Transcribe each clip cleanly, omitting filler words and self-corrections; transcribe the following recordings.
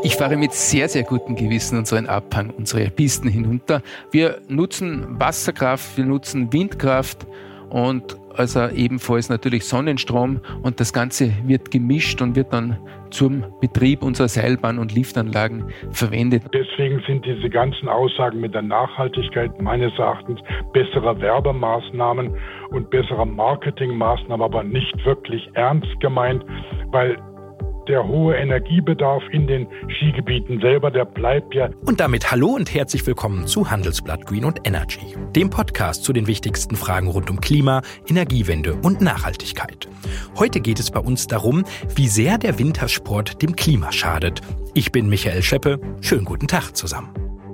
Ich fahre mit sehr, sehr gutem Gewissen unseren Abhang, unsere Pisten hinunter. Wir nutzen Wasserkraft, wir nutzen Windkraft und also ebenfalls natürlich Sonnenstrom, und das Ganze wird gemischt und wird dann zum Betrieb unserer Seilbahn- und Liftanlagen verwendet. Deswegen sind diese ganzen Aussagen mit der Nachhaltigkeit meines Erachtens besserer Werbemaßnahmen und besserer Marketingmaßnahmen aber nicht wirklich ernst gemeint, weil der hohe Energiebedarf in den Skigebieten selber, der bleibt ja. Und damit hallo und herzlich willkommen zu Handelsblatt Green und Energy, dem Podcast zu den wichtigsten Fragen rund um Klima, Energiewende und Nachhaltigkeit. Heute geht es bei uns darum, wie sehr der Wintersport dem Klima schadet. Ich bin Michael Scheppe. Schönen guten Tag zusammen.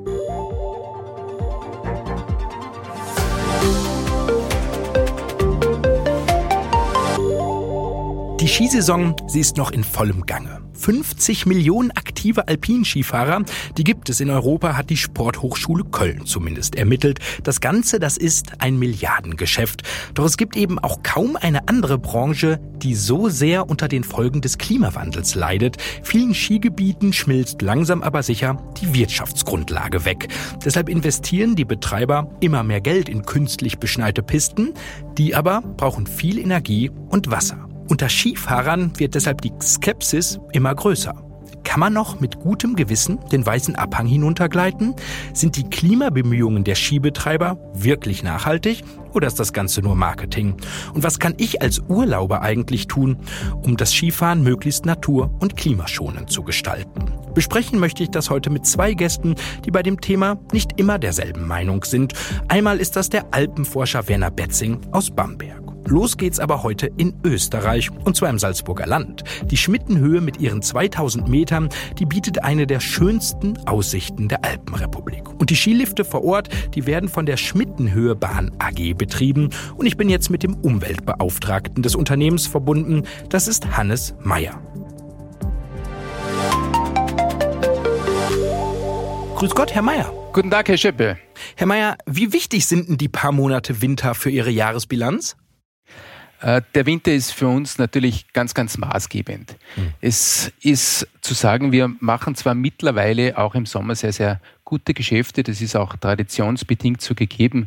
Die Skisaison, sie ist noch in vollem Gange. 50 Millionen aktive Alpinskifahrer, die gibt es in Europa, hat die Sporthochschule Köln zumindest ermittelt. Das Ganze, das ist ein Milliardengeschäft. Doch es gibt eben auch kaum eine andere Branche, die so sehr unter den Folgen des Klimawandels leidet. Vielen Skigebieten schmilzt langsam aber sicher die Wirtschaftsgrundlage weg. Deshalb investieren die Betreiber immer mehr Geld in künstlich beschneite Pisten. Die aber brauchen viel Energie und Wasser. Unter Skifahrern wird deshalb die Skepsis immer größer. Kann man noch mit gutem Gewissen den weißen Abhang hinuntergleiten? Sind die Klimabemühungen der Skibetreiber wirklich nachhaltig oder ist das Ganze nur Marketing? Und was kann ich als Urlauber eigentlich tun, um das Skifahren möglichst natur- und klimaschonend zu gestalten? Besprechen möchte ich das heute mit zwei Gästen, die bei dem Thema nicht immer derselben Meinung sind. Einmal ist das der Alpenforscher Werner Betzing aus Bamberg. Los geht's aber heute in Österreich, und zwar im Salzburger Land. Die Schmittenhöhe mit ihren 2000 Metern, die bietet eine der schönsten Aussichten der Alpenrepublik. Und die Skilifte vor Ort, die werden von der Schmittenhöhe-Bahn AG betrieben. Und ich bin jetzt mit dem Umweltbeauftragten des Unternehmens verbunden. Das ist Hannes Meyer. Grüß Gott, Herr Meyer. Guten Tag, Herr Scheppe. Herr Meyer, wie wichtig sind denn die paar Monate Winter für Ihre Jahresbilanz? Der Winter ist für uns natürlich ganz, ganz maßgebend. Es ist zu sagen, wir machen zwar mittlerweile auch im Sommer sehr, sehr gute Geschäfte, das ist auch traditionsbedingt so gegeben.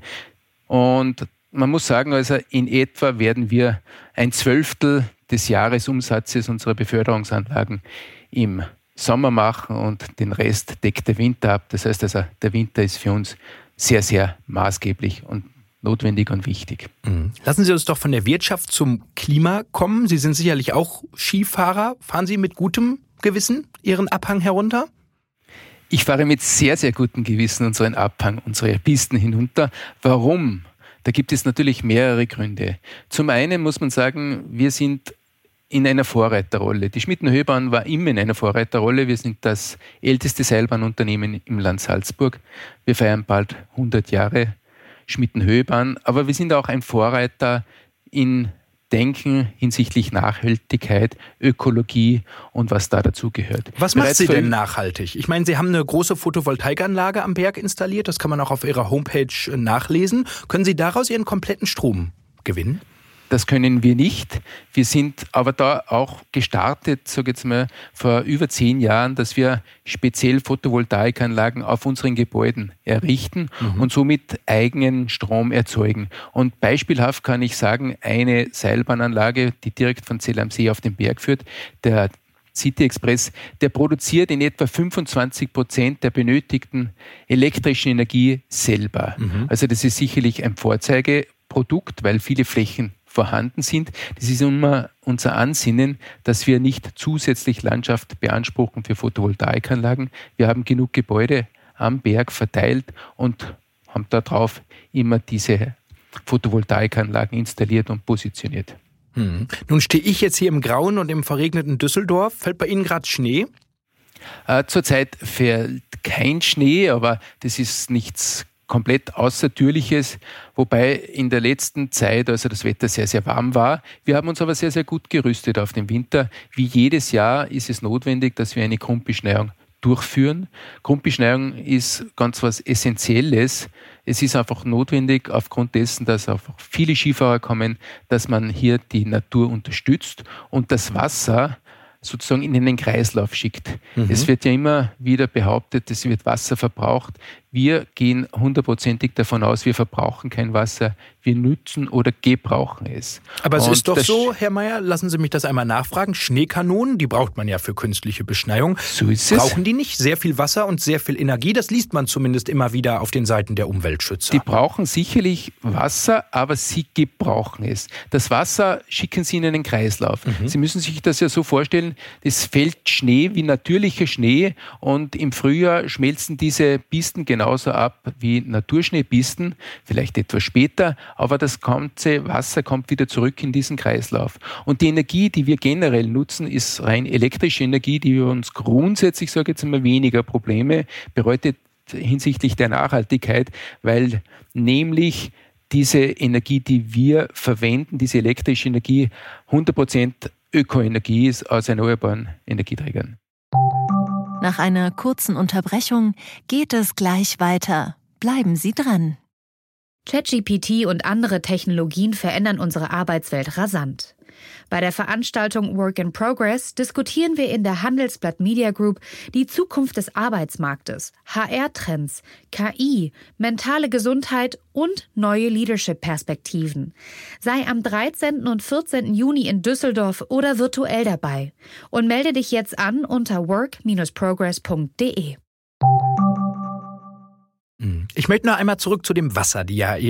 Und man muss sagen, also in etwa werden wir 1/12 des Jahresumsatzes unserer Beförderungsanlagen im Sommer machen und den Rest deckt der Winter ab. Das heißt also, der Winter ist für uns sehr, sehr maßgeblich und notwendig und wichtig. Lassen Sie uns doch von der Wirtschaft zum Klima kommen. Sie sind sicherlich auch Skifahrer. Fahren Sie mit gutem Gewissen Ihren Abhang herunter? Ich fahre mit sehr, sehr gutem Gewissen unseren Abhang, unsere Pisten hinunter. Warum? Da gibt es natürlich mehrere Gründe. Zum einen muss man sagen, wir sind in einer Vorreiterrolle. Die Schmittenhöhe-Bahn war immer in einer Vorreiterrolle. Wir sind das älteste Seilbahnunternehmen im Land Salzburg. Wir feiern bald 100 Jahre Schmittenhöhe-Bahn, aber wir sind auch ein Vorreiter in Denken hinsichtlich Nachhaltigkeit, Ökologie und was da dazugehört. Was macht Sie denn nachhaltig? Ich meine, Sie haben eine große Photovoltaikanlage am Berg installiert, das kann man auch auf Ihrer Homepage nachlesen. Können Sie daraus Ihren kompletten Strom gewinnen? Das können wir nicht. Wir sind aber da auch gestartet, sage ich jetzt mal, vor über 10 Jahren, dass wir speziell Photovoltaikanlagen auf unseren Gebäuden errichten und somit eigenen Strom erzeugen. Und beispielhaft kann ich sagen, eine Seilbahnanlage, die direkt von Zell am See auf den Berg führt, der City Express, der produziert in etwa 25% der benötigten elektrischen Energie selber. Also das ist sicherlich ein Vorzeigeprodukt, weil viele Flächen vorhanden sind. Das ist immer unser Ansinnen, dass wir nicht zusätzlich Landschaft beanspruchen für Photovoltaikanlagen. Wir haben genug Gebäude am Berg verteilt und haben darauf immer diese Photovoltaikanlagen installiert und positioniert. Nun stehe ich jetzt hier im grauen und im verregneten Düsseldorf. Fällt bei Ihnen gerade Schnee? Zurzeit fällt kein Schnee, aber das ist nichts komplett Außertürliches, wobei in der letzten Zeit also das Wetter sehr, sehr warm war. Wir haben uns aber sehr, sehr gut gerüstet auf den Winter. Wie jedes Jahr ist es notwendig, dass wir eine Grundbeschneiung durchführen. Grundbeschneiung ist ganz was Essentielles. Es ist einfach notwendig, aufgrund dessen, dass einfach viele Skifahrer kommen, dass man hier die Natur unterstützt und das Wasser sozusagen in einen Kreislauf schickt. Es wird ja immer wieder behauptet, es wird Wasser verbraucht. Wir gehen 100%ig davon aus, wir verbrauchen kein Wasser, wir nützen oder gebrauchen es. Aber es ist doch so, Herr Meyer, lassen Sie mich das einmal nachfragen, Schneekanonen, die braucht man ja für künstliche Beschneiung. So ist es. Brauchen die nicht sehr viel Wasser und sehr viel Energie? Das liest man zumindest immer wieder auf den Seiten der Umweltschützer. Die brauchen sicherlich Wasser, aber sie gebrauchen es. Das Wasser schicken sie in einen Kreislauf. Sie müssen sich das ja so vorstellen, es fällt Schnee wie natürlicher Schnee und im Frühjahr schmelzen diese Pisten genauso ab wie Naturschneepisten, vielleicht etwas später, aber das ganze Wasser kommt wieder zurück in diesen Kreislauf. Und die Energie, die wir generell nutzen, ist rein elektrische Energie, die uns grundsätzlich, sage ich jetzt mal, weniger Probleme bereitet hinsichtlich der Nachhaltigkeit, weil nämlich diese Energie, die wir verwenden, diese elektrische Energie, 100% Ökoenergie ist aus erneuerbaren Energieträgern. Nach einer kurzen Unterbrechung geht es gleich weiter. Bleiben Sie dran. ChatGPT und andere Technologien verändern unsere Arbeitswelt rasant. Bei der Veranstaltung Work in Progress diskutieren wir in der Handelsblatt Media Group die Zukunft des Arbeitsmarktes, HR-Trends, KI, mentale Gesundheit und neue Leadership-Perspektiven. Sei am 13. und 14. Juni in Düsseldorf oder virtuell dabei und melde dich jetzt an unter work-progress.de. Ich möchte noch einmal zurück zu dem Wasser,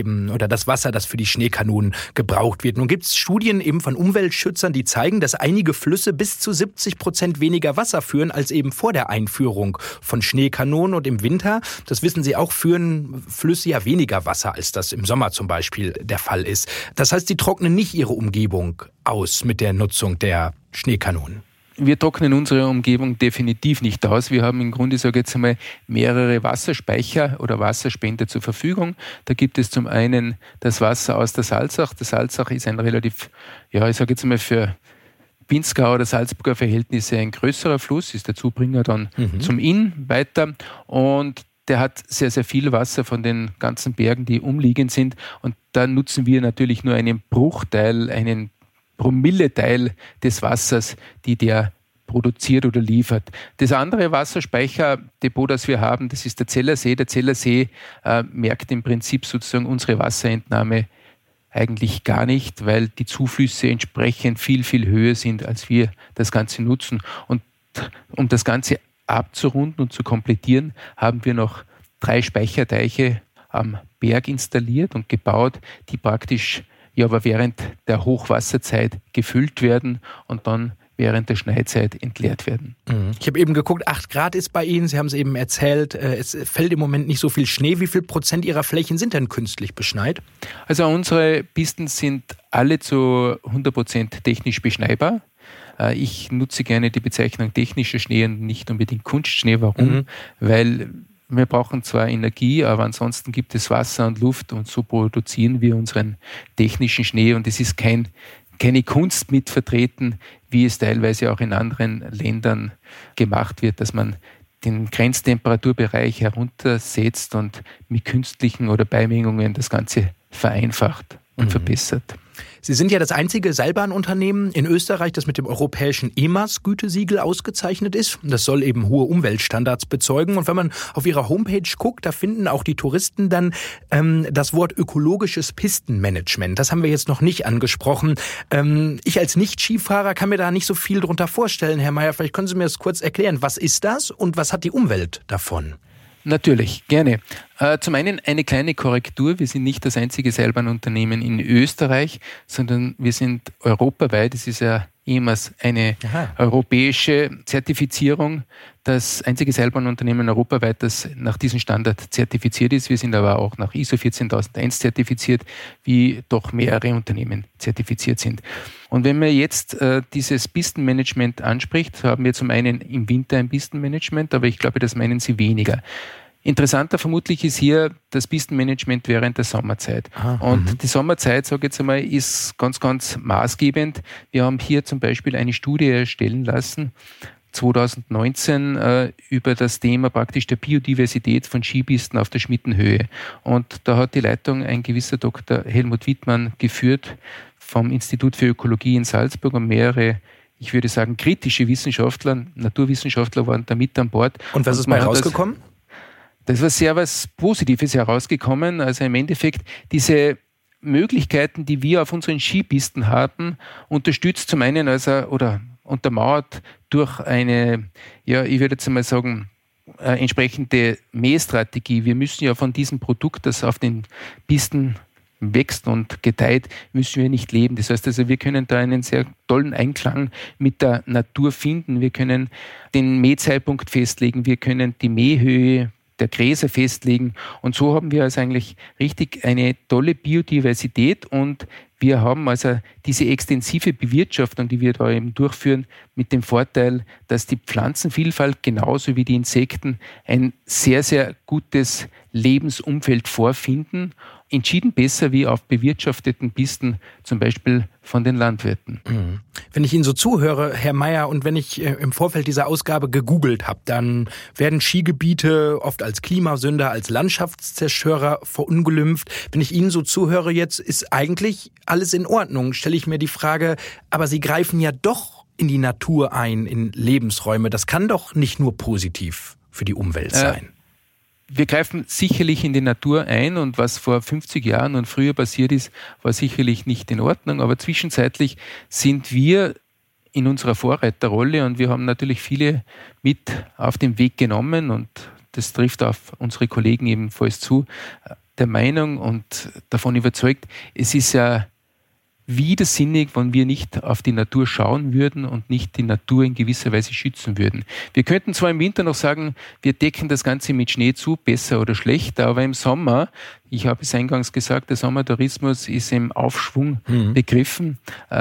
das Wasser, das für die Schneekanonen gebraucht wird. Nun gibt es Studien eben von Umweltschützern, die zeigen, dass einige Flüsse bis zu 70% weniger Wasser führen als eben vor der Einführung von Schneekanonen. Und im Winter, das wissen Sie auch, führen Flüsse ja weniger Wasser, als das im Sommer zum Beispiel der Fall ist. Das heißt, sie trocknen nicht ihre Umgebung aus mit der Nutzung der Schneekanonen. Wir trocknen unsere Umgebung definitiv nicht aus. Wir haben im Grunde, sage ich jetzt einmal, mehrere Wasserspeicher oder Wasserspender zur Verfügung. Da gibt es zum einen das Wasser aus der Salzach. Der Salzach ist ein relativ, ich sage jetzt einmal für Pinzgau oder Salzburger Verhältnisse ein größerer Fluss, ist der Zubringer dann zum Inn weiter und der hat sehr, sehr viel Wasser von den ganzen Bergen, die umliegend sind und da nutzen wir natürlich nur einen Bruchteil, einen Promilleteil des Wassers, die der produziert oder liefert. Das andere Wasserspeicherdepot, das wir haben, das ist der Zellersee. Der Zellersee merkt im Prinzip sozusagen unsere Wasserentnahme eigentlich gar nicht, weil die Zuflüsse entsprechend viel, viel höher sind, als wir das Ganze nutzen. Und um das Ganze abzurunden und zu komplettieren, haben wir noch 3 Speicherteiche am Berg installiert und gebaut, die praktisch aber während der Hochwasserzeit gefüllt werden und dann während der Schneizeit entleert werden. Ich habe eben geguckt, 8 Grad ist bei Ihnen, Sie haben es eben erzählt, es fällt im Moment nicht so viel Schnee. Wie viel Prozent Ihrer Flächen sind denn künstlich beschneit? Also unsere Pisten sind alle zu 100% technisch beschneibar. Ich nutze gerne die Bezeichnung technischer Schnee und nicht unbedingt Kunstschnee. Warum? Weil wir brauchen zwar Energie, aber ansonsten gibt es Wasser und Luft und so produzieren wir unseren technischen Schnee und es ist keine Kunst mit vertreten, wie es teilweise auch in anderen Ländern gemacht wird, dass man den Grenztemperaturbereich heruntersetzt und mit künstlichen oder Beimengungen das Ganze vereinfacht und verbessert. Sie sind ja das einzige Seilbahnunternehmen in Österreich, das mit dem europäischen EMAS-Gütesiegel ausgezeichnet ist. Das soll eben hohe Umweltstandards bezeugen. Und wenn man auf Ihrer Homepage guckt, da finden auch die Touristen dann das Wort ökologisches Pistenmanagement. Das haben wir jetzt noch nicht angesprochen. Ich als Nicht-Skifahrer kann mir da nicht so viel drunter vorstellen. Herr Meyer, vielleicht können Sie mir das kurz erklären. Was ist das und was hat die Umwelt davon? Natürlich, gerne. Zum einen eine kleine Korrektur. Wir sind nicht das einzige Seilbahnunternehmen in Österreich, sondern wir sind europaweit. Es ist ja EMAS eine europäische Zertifizierung. Das einzige Seilbahnunternehmen europaweit, das nach diesem Standard zertifiziert ist. Wir sind aber auch nach ISO 14001 zertifiziert, wie doch mehrere Unternehmen zertifiziert sind. Und wenn man jetzt dieses Pistenmanagement anspricht, haben wir zum einen im Winter ein Pistenmanagement, aber ich glaube, das meinen Sie weniger. Interessanter vermutlich ist hier das Pistenmanagement während der Sommerzeit. Und die Sommerzeit, sage ich jetzt einmal, ist ganz, ganz maßgebend. Wir haben hier zum Beispiel eine Studie erstellen lassen, 2019 über das Thema praktisch der Biodiversität von Skipisten auf der Schmittenhöhe. Und da hat die Leitung ein gewisser Dr. Helmut Wittmann geführt vom Institut für Ökologie in Salzburg und mehrere ich würde sagen, kritische Wissenschaftler, Naturwissenschaftler waren da mit an Bord. Und was ist bei rausgekommen? Das war sehr was Positives herausgekommen. Also im Endeffekt diese Möglichkeiten, die wir auf unseren Skipisten haben, unterstützt zum einen oder untermauert durch eine, ja, ich würde jetzt mal sagen, entsprechende Mähstrategie. Wir müssen ja von diesem Produkt, das auf den Pisten wächst und gedeiht, müssen wir nicht leben. Das heißt also, wir können da einen sehr tollen Einklang mit der Natur finden. Wir können den Mähzeitpunkt festlegen, wir können die Mähhöhe der Gräser festlegen und so haben wir also eigentlich richtig eine tolle Biodiversität und wir haben also diese extensive Bewirtschaftung, die wir da eben durchführen, mit dem Vorteil, dass die Pflanzenvielfalt genauso wie die Insekten ein sehr, sehr gutes Lebensumfeld vorfinden, entschieden besser wie auf bewirtschafteten Pisten, zum Beispiel von den Landwirten. Wenn ich Ihnen so zuhöre, Herr Meyer, und wenn ich im Vorfeld dieser Ausgabe gegoogelt habe, dann werden Skigebiete oft als Klimasünder, als Landschaftszerstörer verunglimpft. Wenn ich Ihnen so zuhöre jetzt, ist eigentlich alles in Ordnung. Stelle ich mir die Frage, aber Sie greifen ja doch in die Natur ein, in Lebensräume. Das kann doch nicht nur positiv für die Umwelt sein. Wir greifen sicherlich in die Natur ein und was vor 50 Jahren und früher passiert ist, war sicherlich nicht in Ordnung, aber zwischenzeitlich sind wir in unserer Vorreiterrolle und wir haben natürlich viele mit auf den Weg genommen und das trifft auf unsere Kollegen ebenfalls zu, der Meinung und davon überzeugt, es ist ja widersinnig, wenn wir nicht auf die Natur schauen würden und nicht die Natur in gewisser Weise schützen würden. Wir könnten zwar im Winter noch sagen, wir decken das Ganze mit Schnee zu, besser oder schlechter, aber im Sommer, ich habe es eingangs gesagt, der Sommertourismus ist im Aufschwung begriffen,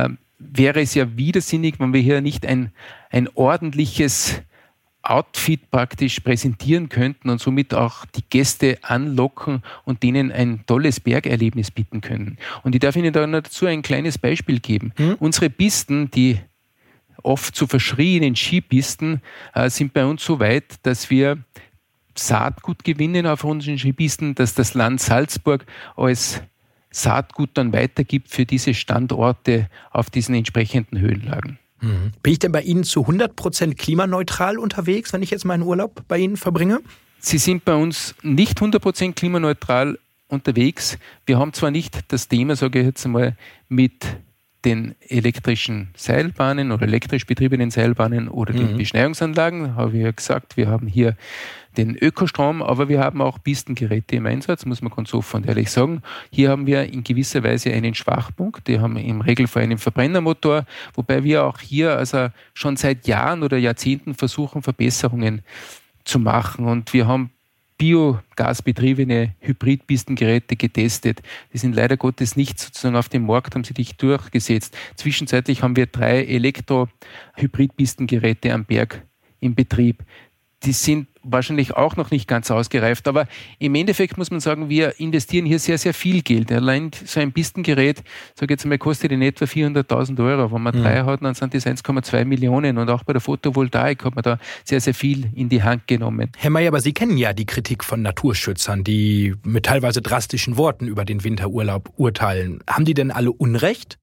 wäre es ja widersinnig, wenn wir hier nicht ein ordentliches Outfit praktisch präsentieren könnten und somit auch die Gäste anlocken und denen ein tolles Bergerlebnis bieten können. Und ich darf Ihnen da noch dazu ein kleines Beispiel geben. Unsere Pisten, die oft so verschrienen Skipisten, sind bei uns so weit, dass wir Saatgut gewinnen auf unseren Skipisten, dass das Land Salzburg als Saatgut dann weitergibt für diese Standorte auf diesen entsprechenden Höhenlagen. Bin ich denn bei Ihnen zu 100% klimaneutral unterwegs, wenn ich jetzt meinen Urlaub bei Ihnen verbringe? Sie sind bei uns nicht 100% klimaneutral unterwegs. Wir haben zwar nicht das Thema, sage ich jetzt einmal, mit den elektrischen Seilbahnen oder elektrisch betriebenen Seilbahnen oder den Beschneiungsanlagen, habe ich ja gesagt, wir haben hier den Ökostrom, aber wir haben auch Pistengeräte im Einsatz, muss man ganz offen und ehrlich sagen. Hier haben wir in gewisser Weise einen Schwachpunkt. Wir haben im Regelfall einen Verbrennermotor, wobei wir auch hier also schon seit Jahren oder Jahrzehnten versuchen, Verbesserungen zu machen. Und wir haben biogasbetriebene Hybridpistengeräte getestet. Die sind leider Gottes nicht sozusagen auf dem Markt, haben sie nicht durchgesetzt. Zwischenzeitlich haben wir 3 Elektro-Hybridpistengeräte am Berg im Betrieb. Die sind wahrscheinlich auch noch nicht ganz ausgereift, aber im Endeffekt muss man sagen, wir investieren hier sehr, sehr viel Geld. Allein so ein Pistengerät, sage ich jetzt mal, kostet in etwa 400.000 €. Wenn man 3 hat, dann sind das 1,2 Millionen und auch bei der Photovoltaik hat man da sehr, sehr viel in die Hand genommen. Herr Meyer, aber Sie kennen ja die Kritik von Naturschützern, die mit teilweise drastischen Worten über den Winterurlaub urteilen. Haben die denn alle Unrecht?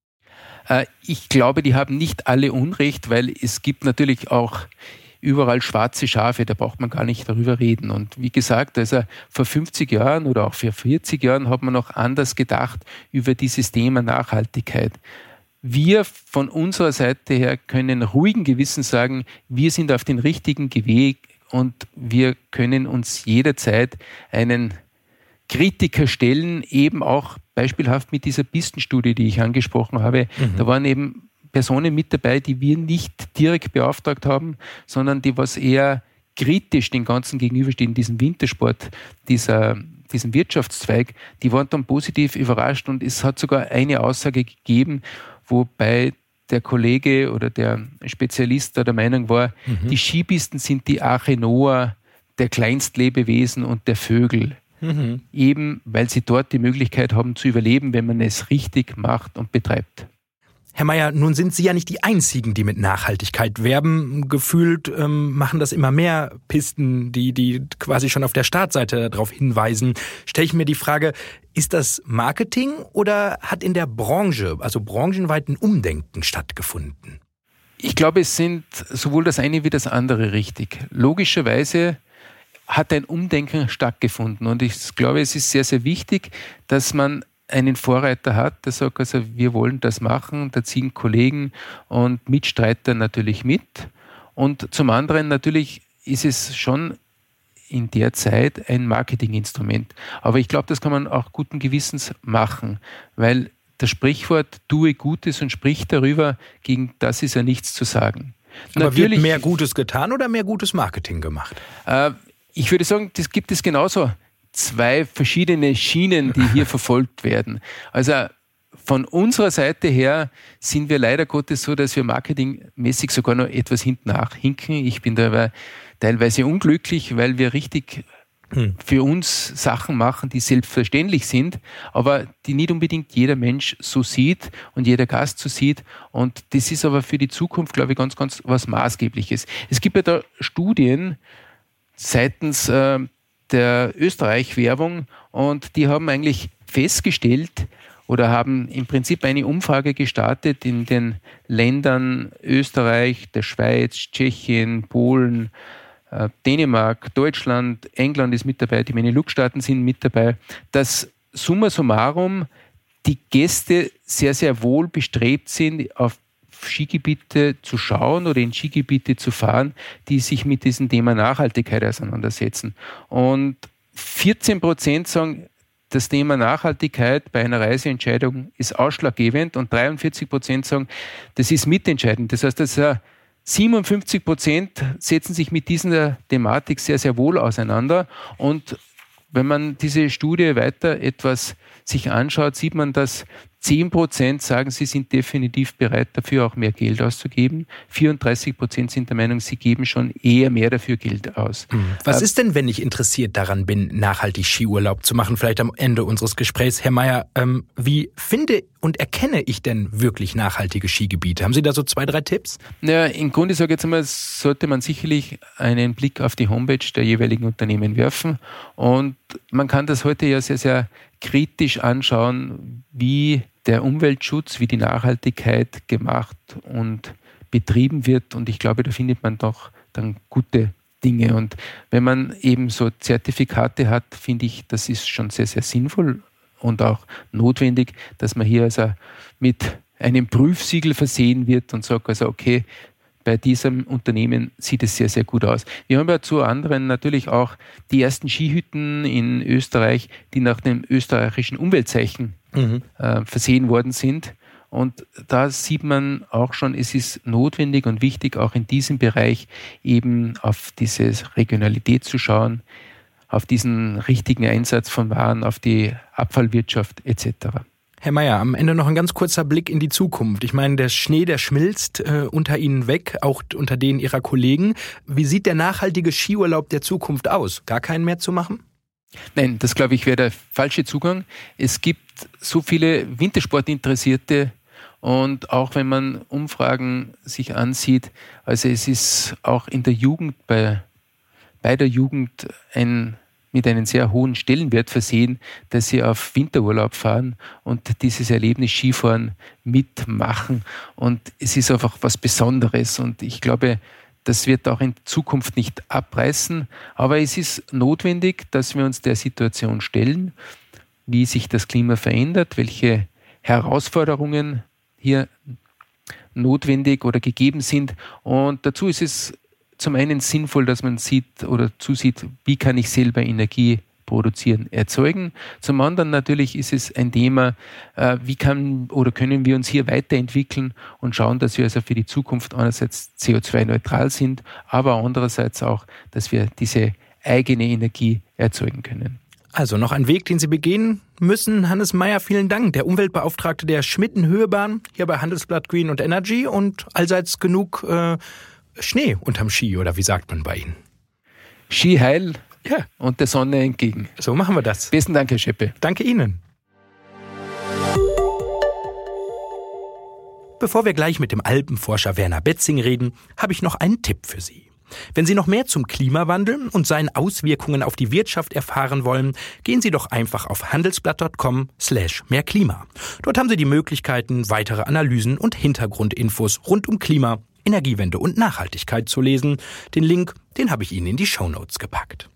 Ich glaube, die haben nicht alle Unrecht, weil es gibt natürlich auch überall schwarze Schafe, da braucht man gar nicht darüber reden. Und wie gesagt, also vor 50 Jahren oder auch vor 40 Jahren hat man noch anders gedacht über dieses Thema Nachhaltigkeit. Wir von unserer Seite her können ruhigen Gewissens sagen, wir sind auf dem richtigen Weg und wir können uns jederzeit einen Kritiker stellen, eben auch beispielhaft mit dieser Pistenstudie, die ich angesprochen habe. Da waren eben Personen mit dabei, die wir nicht direkt beauftragt haben, sondern die was eher kritisch den ganzen gegenüberstehen, diesem Wintersport, diesem Wirtschaftszweig, die waren dann positiv überrascht und es hat sogar eine Aussage gegeben, wobei der Kollege oder der Spezialist da der Meinung war, die Skipisten sind die Arche Noah der Kleinstlebewesen und der Vögel. Eben, weil sie dort die Möglichkeit haben zu überleben, wenn man es richtig macht und betreibt. Herr Meyer, nun sind Sie ja nicht die Einzigen, die mit Nachhaltigkeit werben. Gefühlt machen das immer mehr Pisten, die quasi schon auf der Startseite darauf hinweisen. Stelle ich mir die Frage, ist das Marketing oder hat in der Branche, also branchenweit, ein Umdenken stattgefunden? Ich glaube, es sind sowohl das eine wie das andere richtig. Logischerweise hat ein Umdenken stattgefunden und ich glaube, es ist sehr, sehr wichtig, dass man einen Vorreiter hat, der sagt, also wir wollen das machen, da ziehen Kollegen und Mitstreiter natürlich mit. Und zum anderen natürlich ist es schon in der Zeit ein Marketinginstrument. Aber ich glaube, das kann man auch guten Gewissens machen, weil das Sprichwort tue Gutes und sprich darüber, gegen das ist ja nichts zu sagen. Aber natürlich, wird mehr Gutes getan oder mehr gutes Marketing gemacht? Ich würde sagen, das gibt es genauso. 2 verschiedene Schienen, die hier verfolgt werden. Also von unserer Seite her sind wir leider Gottes so, dass wir marketingmäßig sogar noch etwas hinten nachhinken. Ich bin da teilweise unglücklich, weil wir richtig für uns Sachen machen, die selbstverständlich sind, aber die nicht unbedingt jeder Mensch so sieht und jeder Gast so sieht. Und das ist aber für die Zukunft, glaube ich, ganz, ganz was Maßgebliches. Es gibt ja da Studien seitens der Österreich-Werbung und die haben eigentlich festgestellt oder haben im Prinzip eine Umfrage gestartet in den Ländern Österreich, der Schweiz, Tschechien, Polen, Dänemark, Deutschland, England ist mit dabei, die Benelux-Staaten sind mit dabei, dass summa summarum die Gäste sehr, sehr wohl bestrebt sind, auf Skigebiete zu schauen oder in Skigebiete zu fahren, die sich mit diesem Thema Nachhaltigkeit auseinandersetzen. Und 14% sagen, das Thema Nachhaltigkeit bei einer Reiseentscheidung ist ausschlaggebend und 43% sagen, das ist mitentscheidend. Das heißt, 57% setzen sich mit dieser Thematik sehr, sehr wohl auseinander. Und wenn man diese Studie weiter etwas sich anschaut, sieht man, dass 10% sagen, sie sind definitiv bereit, dafür auch mehr Geld auszugeben. 34% sind der Meinung, sie geben schon eher mehr dafür Geld aus. Was ist denn, wenn ich interessiert daran bin, nachhaltig Skiurlaub zu machen? Vielleicht am Ende unseres Gesprächs. Herr Meyer, wie finde und erkenne ich denn wirklich nachhaltige Skigebiete? Haben Sie da so 2, 3 Tipps? Ja, im Grunde sage ich jetzt einmal, sollte man sicherlich einen Blick auf die Homepage der jeweiligen Unternehmen werfen. Und man kann das heute ja sehr, sehr kritisch anschauen, wie der Umweltschutz, wie die Nachhaltigkeit gemacht und betrieben wird. Und ich glaube, da findet man doch dann gute Dinge. Und wenn man eben so Zertifikate hat, finde ich, das ist schon sehr, sehr sinnvoll und auch notwendig, dass man hier also mit einem Prüfsiegel versehen wird und sagt, also okay, bei diesem Unternehmen sieht es sehr, sehr gut aus. Wir haben ja zu anderen natürlich auch die ersten Skihütten in Österreich, die nach dem österreichischen Umweltzeichen versehen worden sind. Und da sieht man auch schon, es ist notwendig und wichtig, auch in diesem Bereich eben auf diese Regionalität zu schauen, auf diesen richtigen Einsatz von Waren, auf die Abfallwirtschaft etc. Herr Meyer, am Ende noch ein ganz kurzer Blick in die Zukunft. Ich meine, der Schnee, der schmilzt unter Ihnen weg, auch unter denen Ihrer Kollegen. Wie sieht der nachhaltige Skiurlaub der Zukunft aus? Gar keinen mehr zu machen? Nein, das glaube ich wäre der falsche Zugang. Es gibt so viele Wintersportinteressierte und auch wenn man Umfragen sich ansieht, also es ist auch in der Jugend, bei der Jugend mit einem sehr hohen Stellenwert versehen, dass sie auf Winterurlaub fahren und dieses Erlebnis Skifahren mitmachen. Und es ist einfach was Besonderes. Und ich glaube, das wird auch in Zukunft nicht abreißen. Aber es ist notwendig, dass wir uns der Situation stellen, wie sich das Klima verändert, welche Herausforderungen hier notwendig oder gegeben sind. Und dazu ist es zum einen sinnvoll, dass man sieht oder zusieht, wie kann ich selber Energie produzieren, erzeugen. Zum anderen natürlich ist es ein Thema, wie können wir uns hier weiterentwickeln und schauen, dass wir also für die Zukunft einerseits CO2-neutral sind, aber andererseits auch, dass wir diese eigene Energie erzeugen können. Also noch ein Weg, den Sie begehen müssen. Hannes Meyer, vielen Dank. Der Umweltbeauftragte der Schmitten-Höhebahn hier bei Handelsblatt Green und Energy und allseits genug Schnee unterm Ski, oder wie sagt man bei Ihnen? Ski heil ja. Und der Sonne entgegen. So machen wir das. Besten Dank, Herr Scheppe. Danke Ihnen. Bevor wir gleich mit dem Alpenforscher Werner Betzing reden, habe ich noch einen Tipp für Sie. Wenn Sie noch mehr zum Klimawandel und seinen Auswirkungen auf die Wirtschaft erfahren wollen, gehen Sie doch einfach auf handelsblatt.com/mehrklima. Dort haben Sie die Möglichkeiten, weitere Analysen und Hintergrundinfos rund um Klima Energiewende und Nachhaltigkeit zu lesen. Den Link, den habe ich Ihnen in die Shownotes gepackt.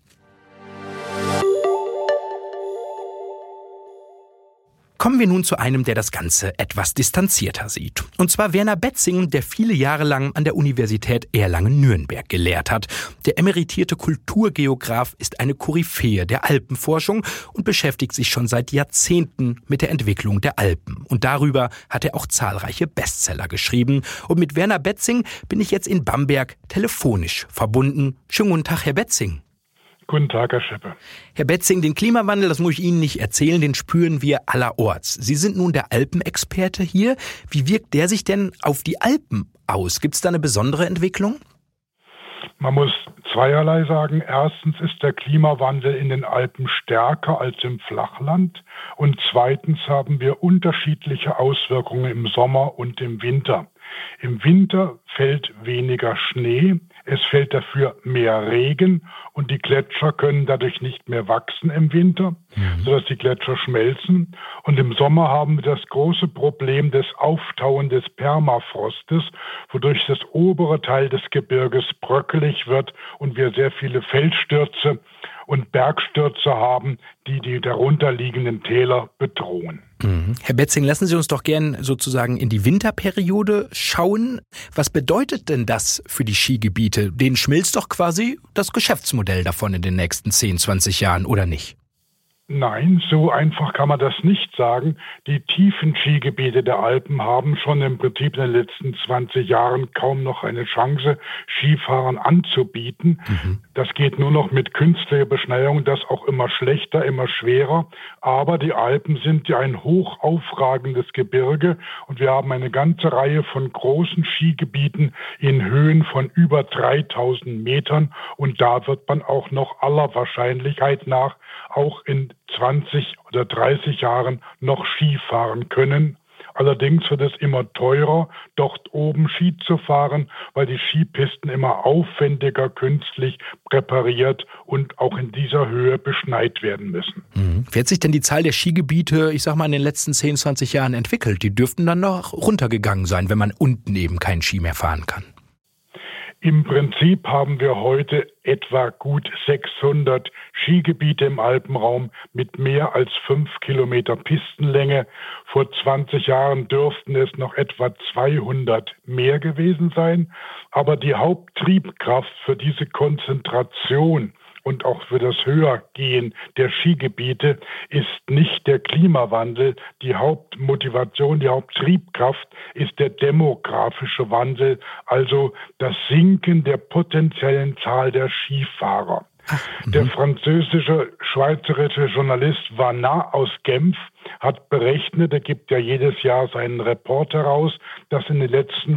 Kommen wir nun zu einem, der das Ganze etwas distanzierter sieht. Und zwar Werner Betzing, der viele Jahre lang an der Universität Erlangen-Nürnberg gelehrt hat. Der emeritierte Kulturgeograf ist eine Koryphäe der Alpenforschung und beschäftigt sich schon seit Jahrzehnten mit der Entwicklung der Alpen. Und darüber hat er auch zahlreiche Bestseller geschrieben. Und mit Werner Betzing bin ich jetzt in Bamberg telefonisch verbunden. Schönen guten Tag, Herr Betzing. Guten Tag, Herr Scheppe. Herr Betzing, den Klimawandel, das muss ich Ihnen nicht erzählen, den spüren wir allerorts. Sie sind nun der Alpenexperte hier. Wie wirkt der sich denn auf die Alpen aus? Gibt es da eine besondere Entwicklung? Man muss zweierlei sagen. Erstens ist der Klimawandel in den Alpen stärker als im Flachland. Und zweitens haben wir unterschiedliche Auswirkungen im Sommer und im Winter. Im Winter fällt weniger Schnee, es fällt dafür mehr Regen und die Gletscher können dadurch nicht mehr wachsen im Winter, sodass die Gletscher schmelzen. Und im Sommer haben wir das große Problem des Auftauen des Permafrostes, wodurch das obere Teil des Gebirges bröckelig wird und wir sehr viele Felsstürze und Bergstürze haben, die die darunterliegenden Täler bedrohen. Herr Betzing, lassen Sie uns doch gern sozusagen in die Winterperiode schauen. Was bedeutet denn das für die Skigebiete? Denen schmilzt doch quasi das Geschäftsmodell davon in den nächsten 10, 20 Jahren, oder nicht? Nein, so einfach kann man das nicht sagen. Die tiefen Skigebiete der Alpen haben schon im Prinzip in den letzten 20 Jahren kaum noch eine Chance, Skifahrern anzubieten. Das geht nur noch mit künstlicher Beschneiung, das auch immer schlechter, immer schwerer. Aber die Alpen sind ja ein hoch aufragendes Gebirge und wir haben eine ganze Reihe von großen Skigebieten in Höhen von über 3000 Metern und da wird man auch noch aller Wahrscheinlichkeit nach auch in 20 oder 30 Jahren noch Ski fahren können. Allerdings wird es immer teurer, dort oben Ski zu fahren, weil die Skipisten immer aufwendiger künstlich präpariert und auch in dieser Höhe beschneit werden müssen. Wie hat sich denn die Zahl der Skigebiete, ich sag mal, in den letzten 10, 20 Jahren entwickelt? Die dürften dann noch runtergegangen sein, wenn man unten eben keinen Ski mehr fahren kann. Im Prinzip haben wir heute etwa gut 600 Skigebiete im Alpenraum mit mehr als 5 Kilometer Pistenlänge. Vor 20 Jahren dürften es noch etwa 200 mehr gewesen sein. Aber die Haupttriebkraft für diese Konzentration und auch für das Höhergehen der Skigebiete ist nicht der Klimawandel. Die Hauptmotivation, die Haupttriebkraft ist der demografische Wandel, also das Sinken der potenziellen Zahl der Skifahrer. Der französische-schweizerische Journalist Vanat aus Genf hat berechnet, er gibt ja jedes Jahr seinen Report heraus, dass in den letzten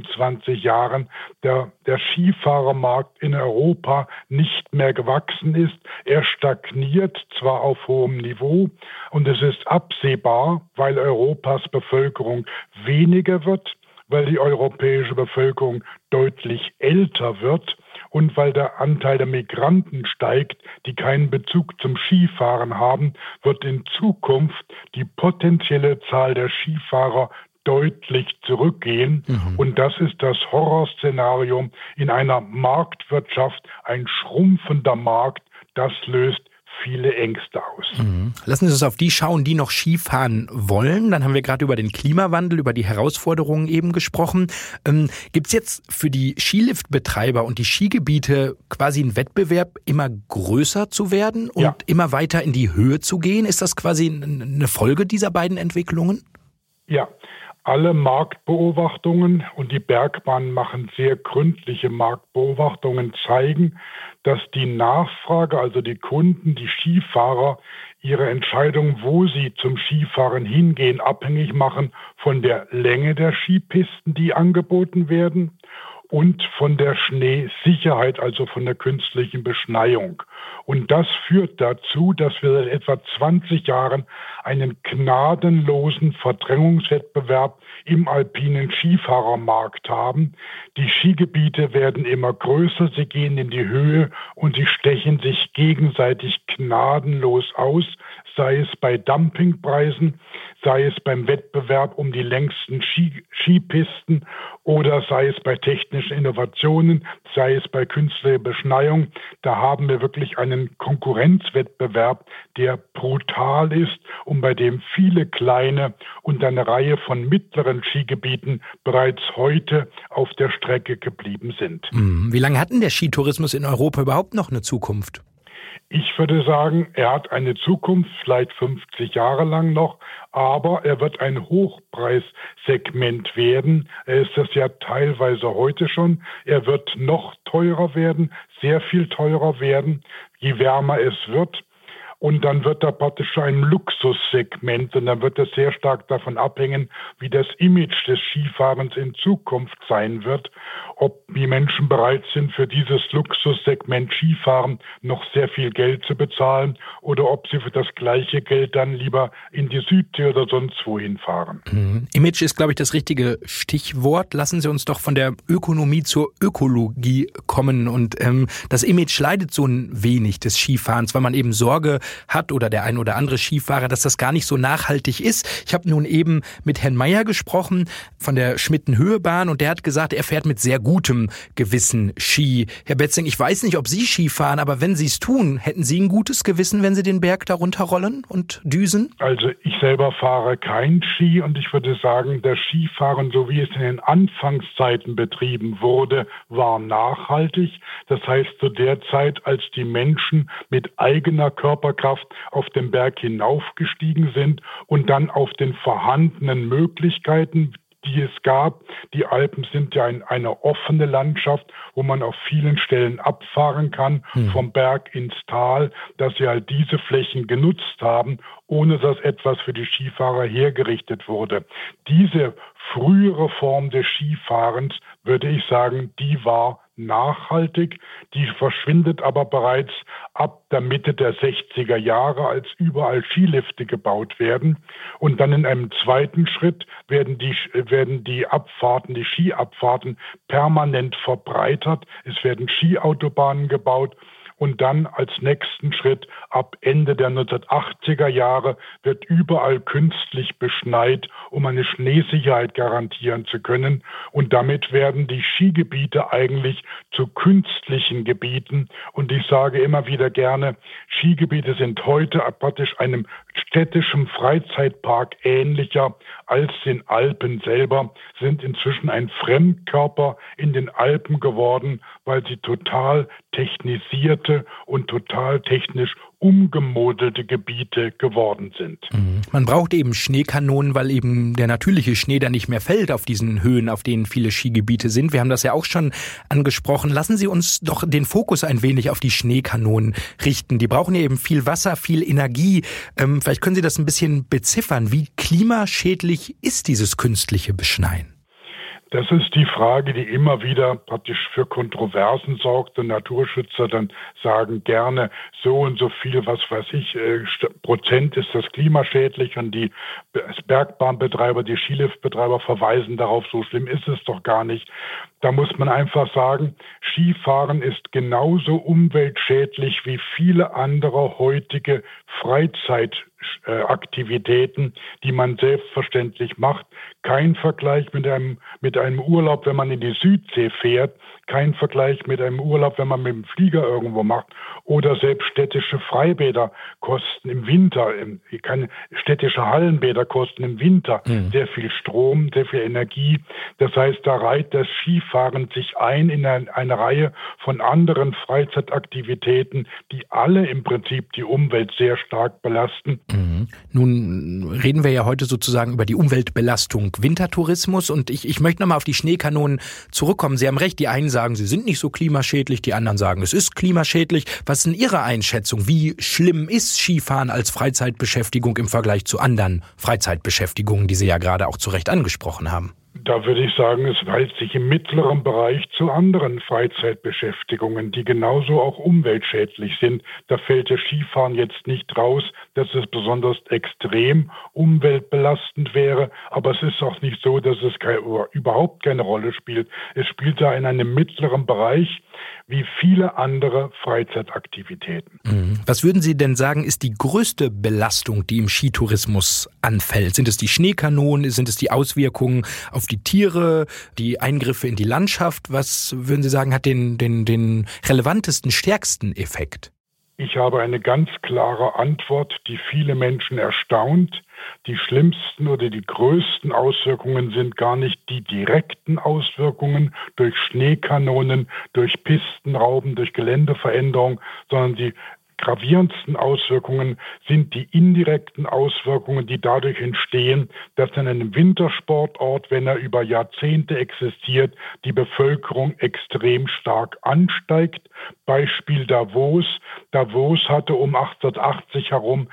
25 Jahren der Skifahrermarkt in Europa nicht mehr gewachsen ist. Er stagniert zwar auf hohem Niveau und es ist absehbar, weil Europas Bevölkerung weniger wird, weil die europäische Bevölkerung deutlich älter wird und weil der Anteil der Migranten steigt, die keinen Bezug zum Skifahren haben, wird in Zukunft die potenzielle Zahl der Skifahrer deutlich zurückgehen. Und das ist das Horrorszenario in einer Marktwirtschaft, ein schrumpfender Markt, das löst viele Ängste aus. Lassen Sie uns auf die schauen, die noch Skifahren wollen. Dann haben wir gerade über den Klimawandel, über die Herausforderungen eben gesprochen. Gibt es jetzt für die Skiliftbetreiber und die Skigebiete quasi einen Wettbewerb, immer größer zu werden und immer weiter in die Höhe zu gehen? Ist das quasi eine Folge dieser beiden Entwicklungen? Ja. Alle Marktbeobachtungen und die Bergbahnen machen sehr gründliche Marktbeobachtungen, zeigen, dass die Nachfrage, also die Kunden, die Skifahrer, ihre Entscheidung, wo sie zum Skifahren hingehen, abhängig machen von der Länge der Skipisten, die angeboten werden, und von der Schneesicherheit, also von der künstlichen Beschneiung. Und das führt dazu, dass wir seit etwa 20 Jahren einen gnadenlosen Verdrängungswettbewerb im alpinen Skifahrermarkt haben. Die Skigebiete werden immer größer, sie gehen in die Höhe und sie stechen sich gegenseitig gnadenlos aus. sei es bei Dumpingpreisen, sei es beim Wettbewerb um die längsten Skipisten oder sei es bei technischen Innovationen, sei es bei künstlicher Beschneiung. Da haben wir wirklich einen Konkurrenzwettbewerb, der brutal ist und bei dem viele kleine und eine Reihe von mittleren Skigebieten bereits heute auf der Strecke geblieben sind. Wie lange hat denn der Skitourismus in Europa überhaupt noch eine Zukunft? Ich würde sagen, er hat eine Zukunft, vielleicht 50 Jahre lang noch, aber er wird ein Hochpreissegment werden. Er ist das ja teilweise heute schon. Er wird noch teurer werden, sehr viel teurer werden, je wärmer es wird. Und dann wird er praktisch ein Luxussegment und dann wird es sehr stark davon abhängen, wie das Image des Skifahrens in Zukunft sein wird, ob die Menschen bereit sind, für dieses Luxussegment Skifahren noch sehr viel Geld zu bezahlen oder ob sie für das gleiche Geld dann lieber in die Südsee oder sonst wohin fahren. Image ist, glaube ich, das richtige Stichwort. Lassen Sie uns doch von der Ökonomie zur Ökologie kommen. Und das Image leidet so ein wenig des Skifahrens, weil man eben Sorge hat oder der ein oder andere Skifahrer, dass das gar nicht so nachhaltig ist. Ich habe nun eben mit Herrn Meyer gesprochen von der Schmittenhöhebahn und der hat gesagt, er fährt mit sehr gutem Gewissen Ski. Herr Betzing, ich weiß nicht, ob Sie Ski fahren, aber wenn Sie es tun, hätten Sie ein gutes Gewissen, wenn Sie den Berg da runterrollen und düsen? Also ich selber fahre kein Ski und ich würde sagen, das Skifahren, so wie es in den Anfangszeiten betrieben wurde, war nachhaltig. Das heißt, zu der Zeit, als die Menschen mit eigener Körperkraft auf den Berg hinaufgestiegen sind und dann auf den vorhandenen Möglichkeiten, die es gab. Die Alpen sind ja eine offene Landschaft, wo man auf vielen Stellen abfahren kann, vom Berg ins Tal, dass sie halt diese Flächen genutzt haben, ohne dass etwas für die Skifahrer hergerichtet wurde. Diese frühere Form des Skifahrens, würde ich sagen, die war nachhaltig, die verschwindet aber bereits ab der Mitte der 60er Jahre, als überall Skilifte gebaut werden. Und dann in einem zweiten Schritt werden die Skiabfahrten permanent verbreitert. Es werden Skiautobahnen gebaut. Und dann als nächsten Schritt ab Ende der 1980er Jahre wird überall künstlich beschneit, um eine Schneesicherheit garantieren zu können. Und damit werden die Skigebiete eigentlich zu künstlichen Gebieten. Und ich sage immer wieder gerne, Skigebiete sind heute praktisch einem städtischen Freizeitpark ähnlicher als den Alpen selber, sind inzwischen ein Fremdkörper in den Alpen geworden, weil sie total technisierte und total technisch umgemodelte Gebiete geworden sind. Man braucht eben Schneekanonen, weil eben der natürliche Schnee dann nicht mehr fällt auf diesen Höhen, auf denen viele Skigebiete sind. Wir haben das ja auch schon angesprochen. Lassen Sie uns doch den Fokus ein wenig auf die Schneekanonen richten. Die brauchen ja eben viel Wasser, viel Energie. Vielleicht können Sie das ein bisschen beziffern. Wie klimaschädlich ist dieses künstliche Beschneien? Das ist die Frage, die immer wieder praktisch für Kontroversen sorgt. Und Naturschützer dann sagen gerne, so und so viel, was weiß ich, Prozent ist das klimaschädlich. Und die Bergbahnbetreiber, die Skiliftbetreiber verweisen darauf, so schlimm ist es doch gar nicht. Da muss man einfach sagen, Skifahren ist genauso umweltschädlich wie viele andere heutige Freizeitaktivitäten, die man selbstverständlich macht. Kein Vergleich mit einem Urlaub, wenn man in die Südsee fährt. Kein Vergleich mit einem Urlaub, wenn man mit dem Flieger irgendwo macht. Oder selbst städtische Freibäder kosten im Winter, städtische Hallenbäder kosten im Winter sehr viel Strom, sehr viel Energie. Das heißt, da reiht das Skifahren sich ein in eine Reihe von anderen Freizeitaktivitäten, die alle im Prinzip die Umwelt sehr stark belasten. Nun reden wir ja heute sozusagen über die Umweltbelastung Wintertourismus und ich möchte nochmal auf die Schneekanonen zurückkommen. Sie haben recht, die einen sagen, sie sind nicht so klimaschädlich, die anderen sagen, es ist klimaschädlich. Was ist denn Ihre Einschätzung? Wie schlimm ist Skifahren als Freizeitbeschäftigung im Vergleich zu anderen Freizeitbeschäftigungen, die Sie ja gerade auch zu Recht angesprochen haben? Da würde ich sagen, es verhält sich im mittleren Bereich zu anderen Freizeitbeschäftigungen, die genauso auch umweltschädlich sind. Da fällt das Skifahren jetzt nicht raus, dass es besonders extrem umweltbelastend wäre. Aber es ist auch nicht so, dass es überhaupt keine Rolle spielt. Es spielt da in einem mittleren Bereich, wie viele andere Freizeitaktivitäten. Was würden Sie denn sagen, ist die größte Belastung, die im Skitourismus anfällt? Sind es die Schneekanonen? Sind es die Auswirkungen auf die Tiere, die Eingriffe in die Landschaft? Was würden Sie sagen, hat den relevantesten, stärksten Effekt? Ich habe eine ganz klare Antwort, die viele Menschen erstaunt. Die schlimmsten oder die größten Auswirkungen sind gar nicht die direkten Auswirkungen durch Schneekanonen, durch Pistenrauben, durch Geländeveränderung, sondern die gravierendsten Auswirkungen sind die indirekten Auswirkungen, die dadurch entstehen, dass in einem Wintersportort, wenn er über Jahrzehnte existiert, die Bevölkerung extrem stark ansteigt. Beispiel Davos. Davos hatte um 1880 herum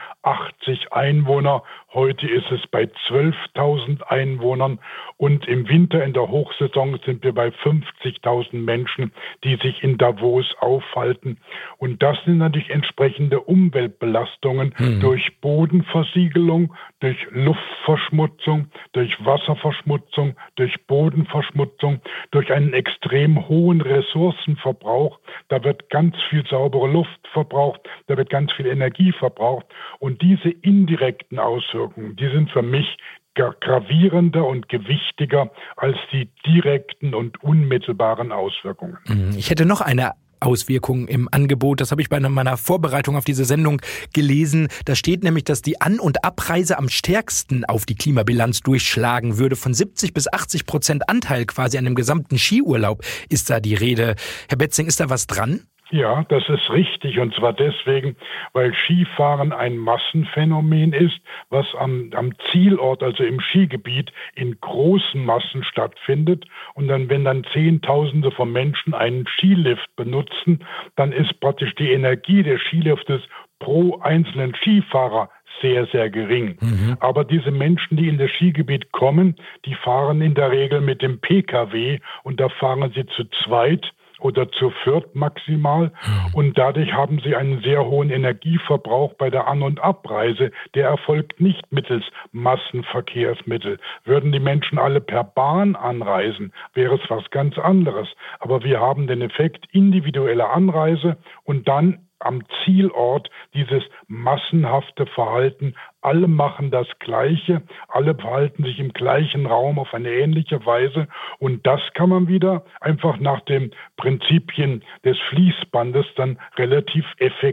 80 Einwohner. Heute ist es bei 12.000 Einwohnern. Und im Winter in der Hochsaison sind wir bei 50.000 Menschen, die sich in Davos aufhalten. Und das sind natürlich entsprechende Umweltbelastungen durch Bodenversiegelung, durch Luftverschmutzung, durch Wasserverschmutzung, durch Bodenverschmutzung, durch einen extrem hohen Ressourcenverbrauch. Da wird ganz viel saubere Luft verbraucht, da wird ganz viel Energie verbraucht. Und diese indirekten Auswirkungen, die sind für mich gravierender und gewichtiger als die direkten und unmittelbaren Auswirkungen. Ich hätte noch eine Auswirkungen im Angebot. Das habe ich bei meiner Vorbereitung auf diese Sendung gelesen. Da steht nämlich, dass die An- und Abreise am stärksten auf die Klimabilanz durchschlagen würde. Von 70-80% Anteil quasi an dem gesamten Skiurlaub ist da die Rede. Herr Betzing, ist da was dran? Ja, das ist richtig, und zwar deswegen, weil Skifahren ein Massenphänomen ist, was am Zielort, also im Skigebiet, in großen Massen stattfindet. Und dann, wenn dann Zehntausende von Menschen einen Skilift benutzen, dann ist praktisch die Energie des Skiliftes pro einzelnen Skifahrer sehr, sehr gering. Aber diese Menschen, die in das Skigebiet kommen, die fahren in der Regel mit dem Pkw, und da fahren sie zu zweit oder zu viert maximal. Und dadurch haben sie einen sehr hohen Energieverbrauch bei der An- und Abreise. Der erfolgt nicht mittels Massenverkehrsmittel. Würden die Menschen alle per Bahn anreisen, wäre es was ganz anderes. Aber wir haben den Effekt individuelle Anreise und dann am Zielort dieses massenhafte Verhalten. Alle machen das Gleiche, alle verhalten sich im gleichen Raum auf eine ähnliche Weise, und das kann man wieder einfach nach den Prinzipien des Fließbandes dann relativ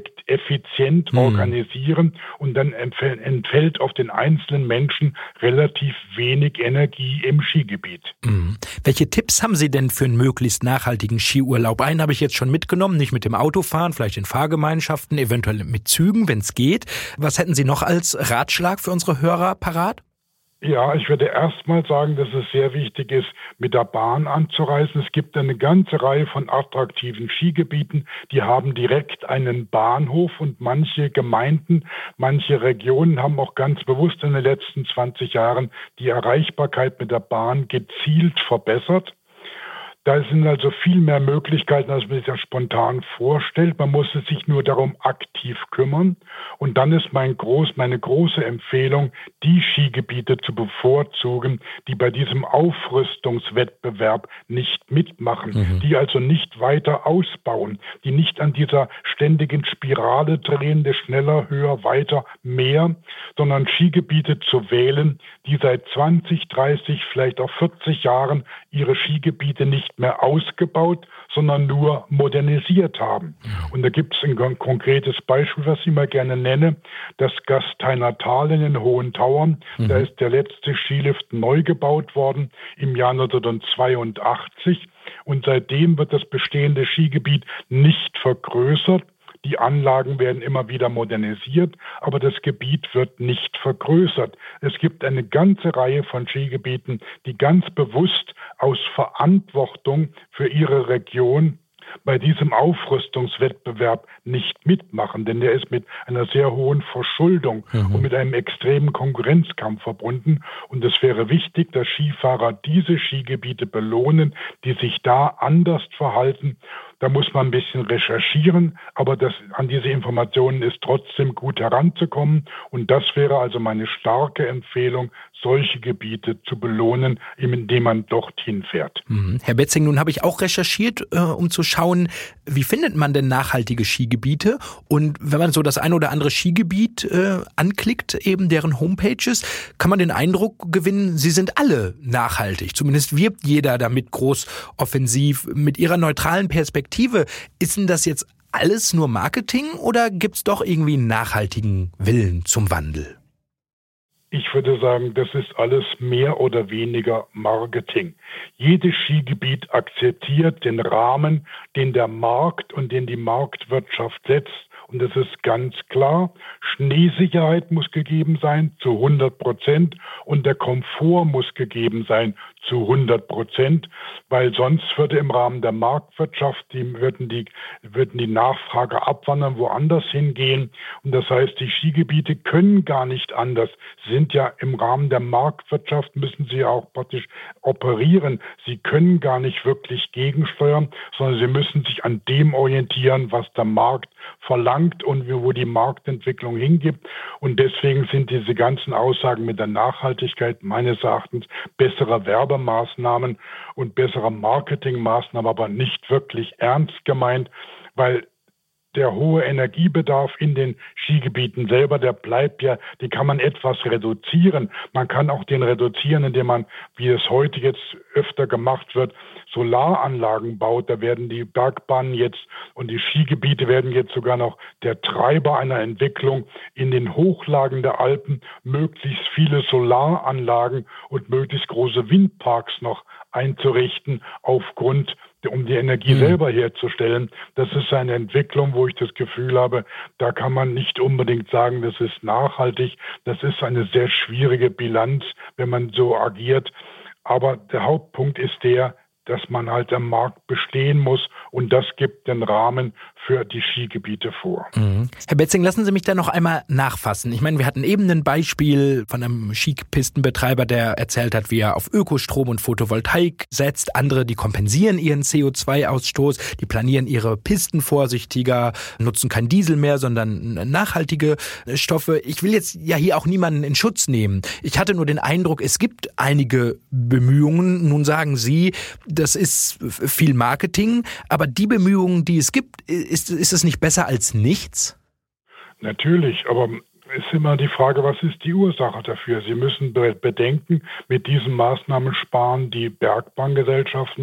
effizient organisieren, und dann entfällt auf den einzelnen Menschen relativ wenig Energie im Skigebiet. Welche Tipps haben Sie denn für einen möglichst nachhaltigen Skiurlaub? Einen habe ich jetzt schon mitgenommen, nicht mit dem Autofahren, vielleicht in Fahrgemeinschaften, eventuell mit Zügen, wenn es geht. Was hätten Sie noch als Ratschlag für unsere Hörer parat? Ja, ich würde erstmal sagen, dass es sehr wichtig ist, mit der Bahn anzureisen. Es gibt eine ganze Reihe von attraktiven Skigebieten, die haben direkt einen Bahnhof, und manche Gemeinden, manche Regionen haben auch ganz bewusst in den letzten 20 Jahren die Erreichbarkeit mit der Bahn gezielt verbessert. Da sind also viel mehr Möglichkeiten, als man sich das spontan vorstellt. Man muss es sich nur darum aktiv kümmern. Und dann ist meine große Empfehlung, die Skigebiete zu bevorzugen, die bei diesem Aufrüstungswettbewerb nicht mitmachen, die also nicht weiter ausbauen, die nicht an dieser ständigen Spirale drehen, des schneller, höher, weiter, mehr, sondern Skigebiete zu wählen, die seit 20, 30, vielleicht auch 40 Jahren ihre Skigebiete nicht mehr ausgebaut, sondern nur modernisiert haben. Und da gibt es ein konkretes Beispiel, was ich mal gerne nenne, das Gasteiner Tal in den Hohen Tauern. Da ist der letzte Skilift neu gebaut worden im Jahr 1982, und seitdem wird das bestehende Skigebiet nicht vergrößert. Die Anlagen werden immer wieder modernisiert, aber das Gebiet wird nicht vergrößert. Es gibt eine ganze Reihe von Skigebieten, die ganz bewusst aus Verantwortung für ihre Region bei diesem Aufrüstungswettbewerb nicht mitmachen, denn der ist mit einer sehr hohen Verschuldung und mit einem extremen Konkurrenzkampf verbunden. Und es wäre wichtig, dass Skifahrer diese Skigebiete belohnen, die sich da anders verhalten. Da muss man ein bisschen recherchieren, aber an diese Informationen ist trotzdem gut heranzukommen. Und das wäre also meine starke Empfehlung, solche Gebiete zu belohnen, indem man dorthin fährt. Herr Betzing, nun habe ich auch recherchiert, um zu schauen, wie findet man denn nachhaltige Skigebiete? Und wenn man so das ein oder andere Skigebiet anklickt, eben deren Homepages, kann man den Eindruck gewinnen, sie sind alle nachhaltig. Zumindest wirbt jeder damit groß offensiv. Mit ihrer neutralen Perspektive, ist denn das jetzt alles nur Marketing oder gibt es doch irgendwie einen nachhaltigen Willen zum Wandel? Ich würde sagen, das ist alles mehr oder weniger Marketing. Jedes Skigebiet akzeptiert den Rahmen, den der Markt und den die Marktwirtschaft setzt. Und es ist ganz klar, Schneesicherheit muss gegeben sein zu 100% und der Komfort muss gegeben sein zu 100%, weil sonst würde im Rahmen der Marktwirtschaft würden die Nachfrage abwandern, woanders hingehen. Und das heißt, die Skigebiete können gar nicht anders. Sie sind ja im Rahmen der Marktwirtschaft, müssen sie auch praktisch operieren. Sie können gar nicht wirklich gegensteuern, sondern sie müssen sich an dem orientieren, was der Markt verlangt und wo die Marktentwicklung hingibt. Und deswegen sind diese ganzen Aussagen mit der Nachhaltigkeit meines Erachtens besserer Werbemaßnahmen und besserer Marketingmaßnahmen, aber nicht wirklich ernst gemeint, weil der hohe Energiebedarf in den Skigebieten selber, der bleibt ja, die kann man etwas reduzieren. Man kann auch den reduzieren, indem man, wie es heute jetzt öfter gemacht wird, Solaranlagen baut. Da werden die Bergbahnen jetzt und die Skigebiete werden jetzt sogar noch der Treiber einer Entwicklung in den Hochlagen der Alpen, möglichst viele Solaranlagen und möglichst große Windparks noch einzurichten um die Energie selber herzustellen. Das ist eine Entwicklung, wo ich das Gefühl habe, da kann man nicht unbedingt sagen, das ist nachhaltig. Das ist eine sehr schwierige Bilanz, wenn man so agiert. Aber der Hauptpunkt ist dass man halt am Markt bestehen muss und das gibt den Rahmen für die Skigebiete vor. Herr Betzing, lassen Sie mich da noch einmal nachfassen. Ich meine, wir hatten eben ein Beispiel von einem Skipistenbetreiber, der erzählt hat, wie er auf Ökostrom und Photovoltaik setzt. Andere, die kompensieren ihren CO2-Ausstoß, die planieren ihre Pisten vorsichtiger, nutzen kein Diesel mehr, sondern nachhaltige Stoffe. Ich will jetzt ja hier auch niemanden in Schutz nehmen. Ich hatte nur den Eindruck, es gibt einige Bemühungen. Nun sagen Sie, das ist viel Marketing, aber die Bemühungen, die es gibt, ist es nicht besser als nichts? Natürlich, aber es ist immer die Frage, was ist die Ursache dafür? Sie müssen bedenken, mit diesen Maßnahmen sparen die Bergbahngesellschaften,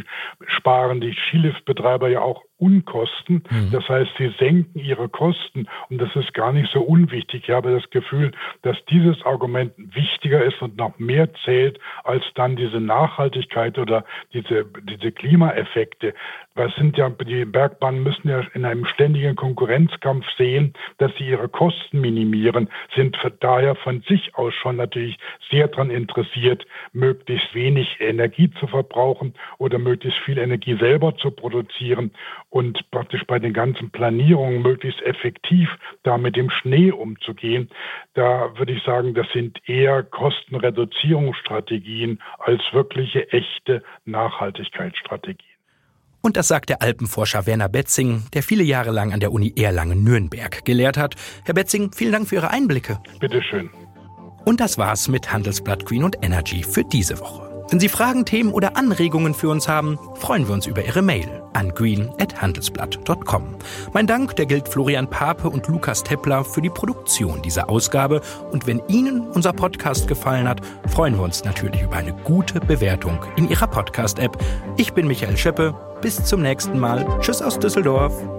sparen die Skiliftbetreiber ja auch Unkosten. Das heißt, sie senken ihre Kosten und das ist gar nicht so unwichtig. Ich habe das Gefühl, dass dieses Argument wichtiger ist und noch mehr zählt als dann diese Nachhaltigkeit oder diese Klimaeffekte. Was sind ja, die Bergbahnen müssen ja in einem ständigen Konkurrenzkampf sehen, dass sie ihre Kosten minimieren, sind daher von sich aus schon natürlich sehr daran interessiert, möglichst wenig Energie zu verbrauchen oder möglichst viel Energie selber zu produzieren und praktisch bei den ganzen Planierungen möglichst effektiv da mit dem Schnee umzugehen. Da würde ich sagen, das sind eher Kostenreduzierungsstrategien als wirkliche echte Nachhaltigkeitsstrategien. Und das sagt der Alpenforscher Werner Betzing, der viele Jahre lang an der Uni Erlangen-Nürnberg gelehrt hat. Herr Betzing, vielen Dank für Ihre Einblicke. Bitteschön. Und das war's mit Handelsblatt Green und Energy für diese Woche. Wenn Sie Fragen, Themen oder Anregungen für uns haben, freuen wir uns über Ihre Mail an green@handelsblatt.com. Mein Dank, der gilt Florian Pape und Lukas Teppler für die Produktion dieser Ausgabe. Und wenn Ihnen unser Podcast gefallen hat, freuen wir uns natürlich über eine gute Bewertung in Ihrer Podcast-App. Ich bin Michael Scheppe. Bis zum nächsten Mal. Tschüss aus Düsseldorf.